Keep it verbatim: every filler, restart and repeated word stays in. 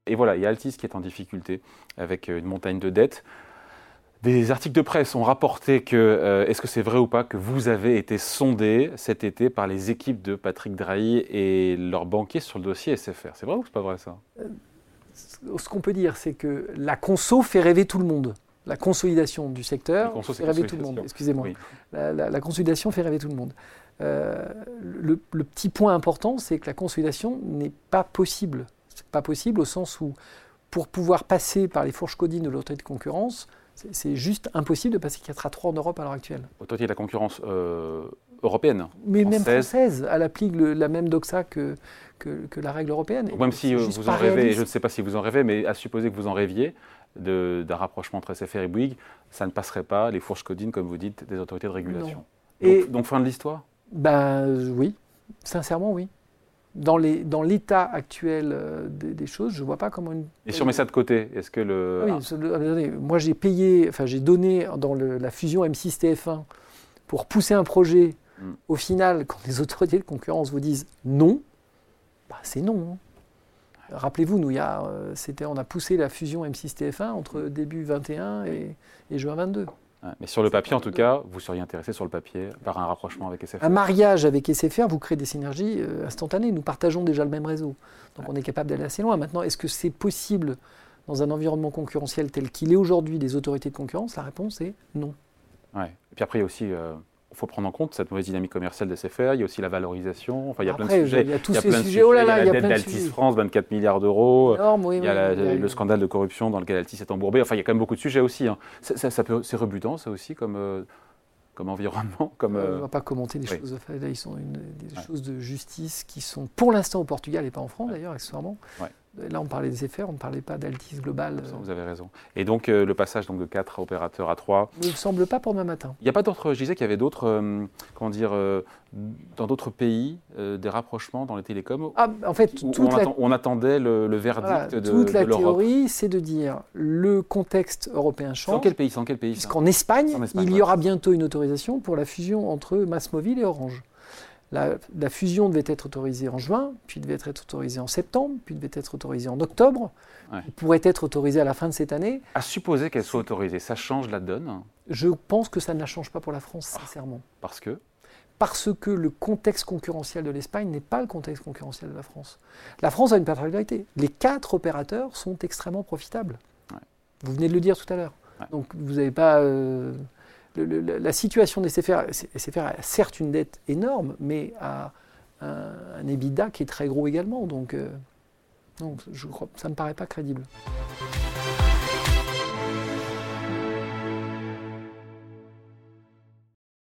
Et voilà, il y a Altice qui est en difficulté avec une montagne de dettes. Des articles de presse ont rapporté que, euh, est-ce que c'est vrai ou pas, que vous avez été sondé cet été par les équipes de Patrick Drahi et leurs banquiers sur le dossier S F R. C'est vrai ou c'est pas vrai ça ? euh, Ce qu'on peut dire, c'est que la conso fait rêver tout le monde. La consolidation du secteur conso, fait rêver tout le monde. Excusez-moi. Oui. La, la, la consolidation fait rêver tout le monde. Euh, le, le petit point important, c'est que la consolidation n'est pas possible. C'est pas possible au sens où, pour pouvoir passer par les fourches codines de l'autorité de concurrence, c'est, c'est juste impossible de passer quatre à trois en Europe à l'heure actuelle. Autorité de la concurrence euh, européenne, mais française. Même française. Elle applique le, la même doxa que, que, que la règle européenne. Donc même si euh, vous en rêvez, je ne sais pas si vous en rêvez, mais à supposer que vous en rêviez, de, d'un rapprochement entre S F R et Bouygues, ça ne passerait pas les fourches codines, comme vous dites, des autorités de régulation. Donc, et donc fin de l'histoire ? Ben oui, sincèrement oui. Dans, les, dans l'état actuel euh, des, des choses, je ne vois pas comment une... Et si on met ça de côté, est-ce que le... Oui, ah. Moi j'ai payé, enfin j'ai donné dans le, la fusion M six T F un pour pousser un projet. Mm. Au final, quand les autorités de concurrence vous disent non, bah c'est non. Hein. Rappelez-vous, nous, il y a, euh, c'était, on a poussé la fusion M six T F un entre début vingt et un et, et juin vingt-deux. Mais sur le papier, en tout cas, vous seriez intéressé sur le papier par un rapprochement avec S F R. Un mariage avec S F R, vous créez des synergies euh, instantanées. Nous partageons déjà le même réseau. Donc ouais. On est capable d'aller assez loin. Maintenant, est-ce que c'est possible dans un environnement concurrentiel tel qu'il est aujourd'hui des autorités de concurrence ? La réponse est non. Ouais. Et puis après, il y a aussi... Euh... Il faut prendre en compte cette mauvaise dynamique commerciale des S F R, il y a aussi la valorisation, enfin il y a Après, plein de sujets. Il y a tous il y a ces sujets, sujets. Oh là là, il y a la dette d'Altis France, vingt-quatre milliards d'euros, énorme, oui, il y a oui, la, oui, le oui. scandale de corruption dans lequel Altis est embourbé, enfin il y a quand même beaucoup de sujets aussi. Hein. Ça, ça, ça peut, c'est rebutant ça aussi comme, euh, comme environnement. Comme, euh... On ne va pas commenter des oui. choses, là, ils sont une, des ouais. choses de justice qui sont pour l'instant au Portugal et pas en France ouais. d'ailleurs, accessoirement. Ouais. Là, on parlait des S F R, on ne parlait pas d'Altis Global. Ça, vous avez raison. Et donc, euh, le passage donc, de quatre opérateurs à trois... Il ne me semble pas pour demain matin. Il n'y a pas d'autres... Je disais qu'il y avait d'autres... Euh, comment dire... Euh, dans d'autres pays, euh, des rapprochements dans les télécoms ah, en fait, où, toute où on, la... attend, on attendait le, le verdict voilà, de, toute la de l'Europe. théorie, c'est de dire le contexte européen change. C'est en quel pays, c'est en quel pays Puisqu'en Espagne, en Espagne, il y ouais. aura bientôt une autorisation pour la fusion entre MásMóvil et Orange. La, la fusion devait être autorisée en juin, puis devait être autorisée en septembre, puis devait être autorisée en octobre, ouais. pourrait être autorisée à la fin de cette année. À supposer qu'elle soit autorisée, ça change la donne ? Je pense que ça ne la change pas pour la France, sincèrement. Parce que ? Parce que le contexte concurrentiel de l'Espagne n'est pas le contexte concurrentiel de la France. La France a une particularité. Les quatre opérateurs sont extrêmement profitables. Ouais. Vous venez de le dire tout à l'heure. Ouais. Donc vous n'avez pas... Euh, Le, le, la situation des S F R, S F R a certes une dette énorme, mais a un, un EBITDA qui est très gros également. Donc, euh, donc je crois, ça ne me paraît pas crédible.